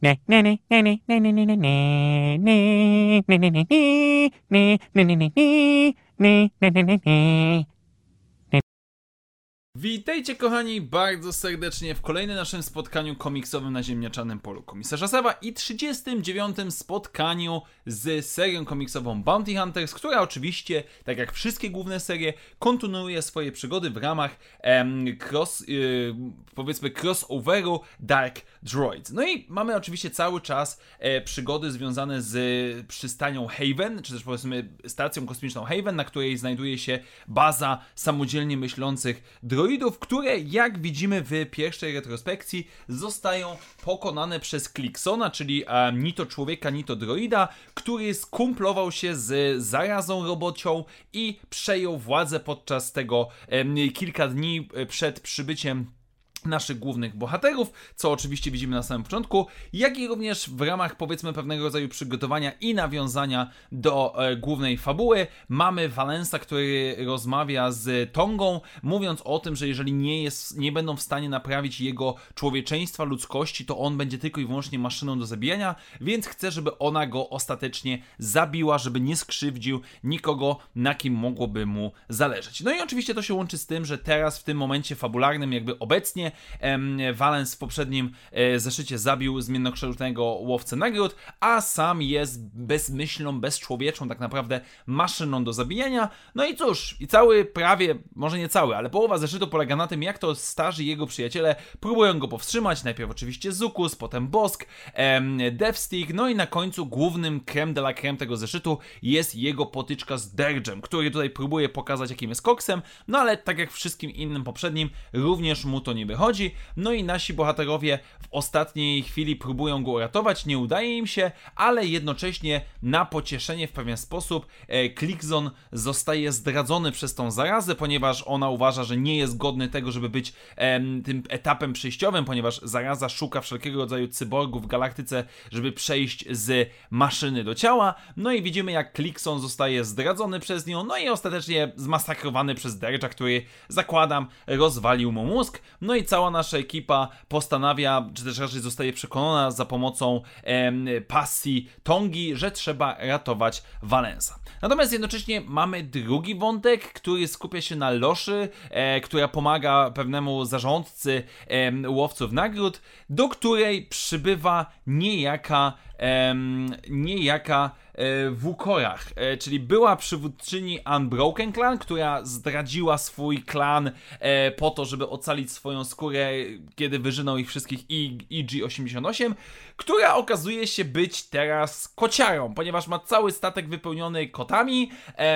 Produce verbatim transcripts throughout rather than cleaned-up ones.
Witajcie kochani bardzo serdecznie w kolejnym naszym spotkaniu komiksowym na ziemniaczanym polu Komisarza Seba i trzydziestym dziewiątym spotkaniu z serią komiksową Bounty Hunters, która oczywiście, tak jak wszystkie główne serie, kontynuuje swoje przygody w ramach em, cross, yy, powiedzmy crossoveru Dark Droids. No i mamy oczywiście cały czas e, przygody związane z przystanią Haven, czy też powiedzmy stacją kosmiczną Haven, na której znajduje się baza samodzielnie myślących droidów, które jak widzimy w pierwszej retrospekcji zostają pokonane przez Kliksona, czyli e, ni to człowieka, ni to droida, który skumplował się z zarazą robocią i przejął władzę podczas tego e, kilka dni przed przybyciem naszych głównych bohaterów, co oczywiście widzimy na samym początku, jak i również w ramach powiedzmy pewnego rodzaju przygotowania i nawiązania do e, głównej fabuły. Mamy Valensa, który rozmawia z Tongą, mówiąc o tym, że jeżeli nie, jest, nie będą w stanie naprawić jego człowieczeństwa, ludzkości, to on będzie tylko i wyłącznie maszyną do zabijania, więc chce, żeby ona go ostatecznie zabiła, żeby nie skrzywdził nikogo, na kim mogłoby mu zależeć. No i oczywiście to się łączy z tym, że teraz w tym momencie fabularnym, jakby obecnie Valens w poprzednim zeszycie zabił zmiennokształtnego łowcę nagród, a sam jest bezmyślną, bezczłowieczą tak naprawdę maszyną do zabijania. No i cóż, i cały prawie, może nie cały, ale połowa zeszytu polega na tym, jak to starzy jego przyjaciele próbują go powstrzymać. Najpierw oczywiście Zuckuss, potem Bosk, em, Deathstick, no i na końcu głównym creme de la creme tego zeszytu jest jego potyczka z Dirgem, który tutaj próbuje pokazać, jakim jest koksem, no ale tak jak wszystkim innym poprzednim, również mu to nie wychodzi. No i nasi bohaterowie w ostatniej chwili próbują go uratować, nie udaje im się, ale jednocześnie na pocieszenie w pewien sposób e, Klikson zostaje zdradzony przez tą zarazę, ponieważ ona uważa, że nie jest godny tego, żeby być e, tym etapem przejściowym, ponieważ zaraza szuka wszelkiego rodzaju cyborgów w galaktyce, żeby przejść z maszyny do ciała. No i widzimy, jak Klikson zostaje zdradzony przez nią, no i ostatecznie zmasakrowany przez Dirge'a, który, zakładam, rozwalił mu mózg. No i cała nasza ekipa postanawia, czy też raczej zostaje przekonana za pomocą em, pasji Tongi, że trzeba ratować Valensa. Natomiast jednocześnie mamy drugi wątek, który skupia się na Loszy, e, która pomaga pewnemu zarządcy e, łowców nagród, do której przybywa niejaka em, niejaka w Ukorach, czyli była przywódczyni Unbroken Clan, która zdradziła swój klan po to, żeby ocalić swoją skórę, kiedy wyżynął ich wszystkich E G osiemdziesiąt osiem, która okazuje się być teraz kociarą, ponieważ ma cały statek wypełniony kotami,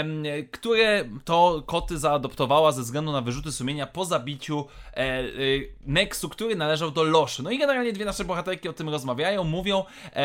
które to koty zaadoptowała ze względu na wyrzuty sumienia po zabiciu Nexu, który należał do Loszy. No i generalnie dwie nasze bohaterki o tym rozmawiają, mówią,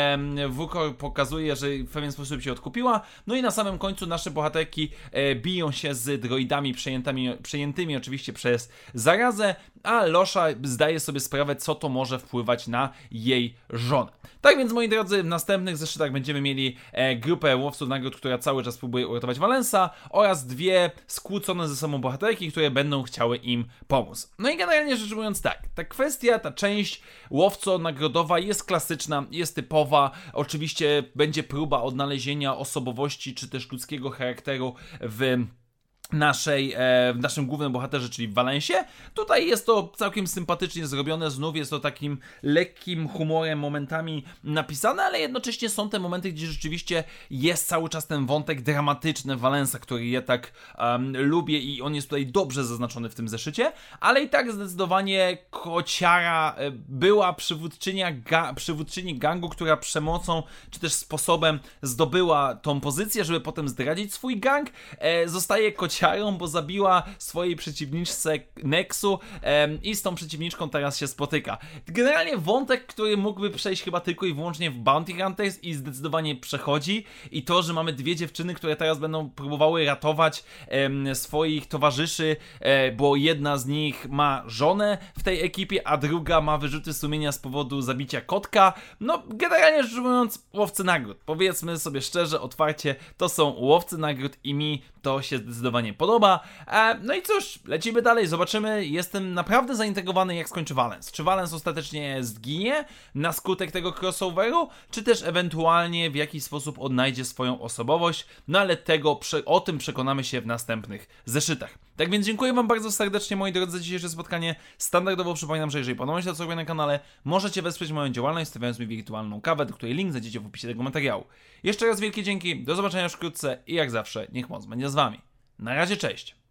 Wukor pokazuje, że w pewien sposób się odkupiła, no i na samym końcu nasze bohaterki e, biją się z droidami przejętymi, przejętymi oczywiście przez zarazę, a Losza zdaje sobie sprawę, co to może wpływać na jej żonę. Tak więc, moi drodzy, w następnych zeszytach będziemy mieli e, grupę łowców nagród, która cały czas próbuje uratować Valensa, oraz dwie skłócone ze sobą bohaterki, które będą chciały im pomóc. No i generalnie rzecz ujmując tak, ta kwestia, ta część łowco-nagrodowa jest klasyczna, jest typowa, oczywiście będzie próba odnalezienia osobowości, czy też ludzkiego charakteru w naszej, e, w naszym głównym bohaterze, czyli w Valensie. Tutaj jest to całkiem sympatycznie zrobione, znów jest to takim lekkim humorem momentami napisane, ale jednocześnie są te momenty, gdzie rzeczywiście jest cały czas ten wątek dramatyczny Valensa, który ja tak um, lubię i on jest tutaj dobrze zaznaczony w tym zeszycie, ale i tak zdecydowanie kociara e, była przywódczynia ga, przywódczyni gangu, która przemocą, czy też sposobem zdobyła tą pozycję, żeby potem zdradzić swój gang, e, zostaje kociarą, bo zabiła swojej przeciwniczce Nexu em, i z tą przeciwniczką teraz się spotyka. Generalnie wątek, który mógłby przejść chyba tylko i wyłącznie w Bounty Hunters i zdecydowanie przechodzi, i to, że mamy dwie dziewczyny, które teraz będą próbowały ratować em, swoich towarzyszy, e, bo jedna z nich ma żonę w tej ekipie, a druga ma wyrzuty sumienia z powodu zabicia kotka. No, generalnie rzecz ujmując, łowcy nagród. Powiedzmy sobie szczerze, otwarcie, to są łowcy nagród i mi to się zdecydowanie zdecydowanie podoba. E, no i cóż, lecimy dalej, zobaczymy. Jestem naprawdę zaintrygowany, jak skończy Valens. Czy Valens ostatecznie zginie na skutek tego crossoveru, czy też ewentualnie w jakiś sposób odnajdzie swoją osobowość, no ale tego, o tym przekonamy się w następnych zeszytach. Tak więc dziękuję wam bardzo serdecznie, moi drodzy, za dzisiejsze spotkanie. Standardowo przypominam, że jeżeli podoba się to, co robię na kanale, możecie wesprzeć moją działalność, stawiając mi wirtualną kawę, do której link znajdziecie w opisie tego materiału. Jeszcze raz wielkie dzięki, do zobaczenia już wkrótce i jak zawsze, niech moc będzie z wami. Na razie, cześć!